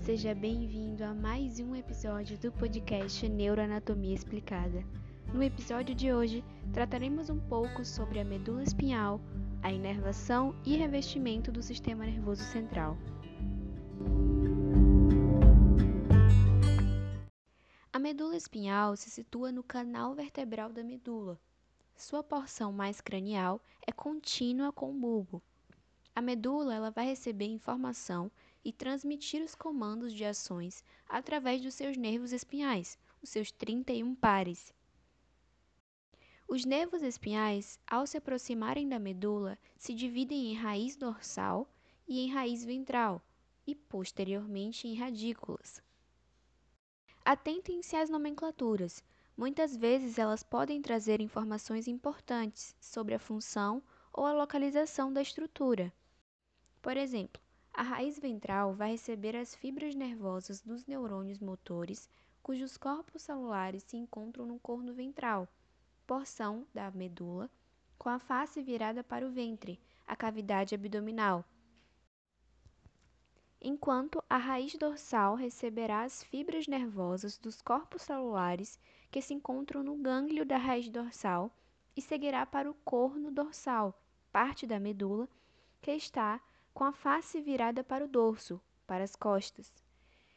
Seja bem-vindo a mais um episódio do podcast Neuroanatomia Explicada. No episódio de hoje, trataremos um pouco sobre a medula espinhal, a inervação e revestimento do sistema nervoso central. A medula espinhal se situa no canal vertebral da medula. Sua porção mais cranial é contínua com o bulbo. A medula ela vai receber informação e transmitir os comandos de ações através dos seus nervos espinhais, os seus 31 pares. Os nervos espinhais, ao se aproximarem da medula, se dividem em raiz dorsal e em raiz ventral, e posteriormente em radículas. Atentem-se às nomenclaturas. Muitas vezes elas podem trazer informações importantes sobre a função ou a localização da estrutura. Por exemplo, a raiz ventral vai receber as fibras nervosas dos neurônios motores, cujos corpos celulares se encontram no corno ventral, porção da medula, com a face virada para o ventre, a cavidade abdominal. Enquanto a raiz dorsal receberá as fibras nervosas dos corpos celulares que se encontram no gânglio da raiz dorsal e seguirá para o corno dorsal, parte da medula, que está com a face virada para o dorso, para as costas.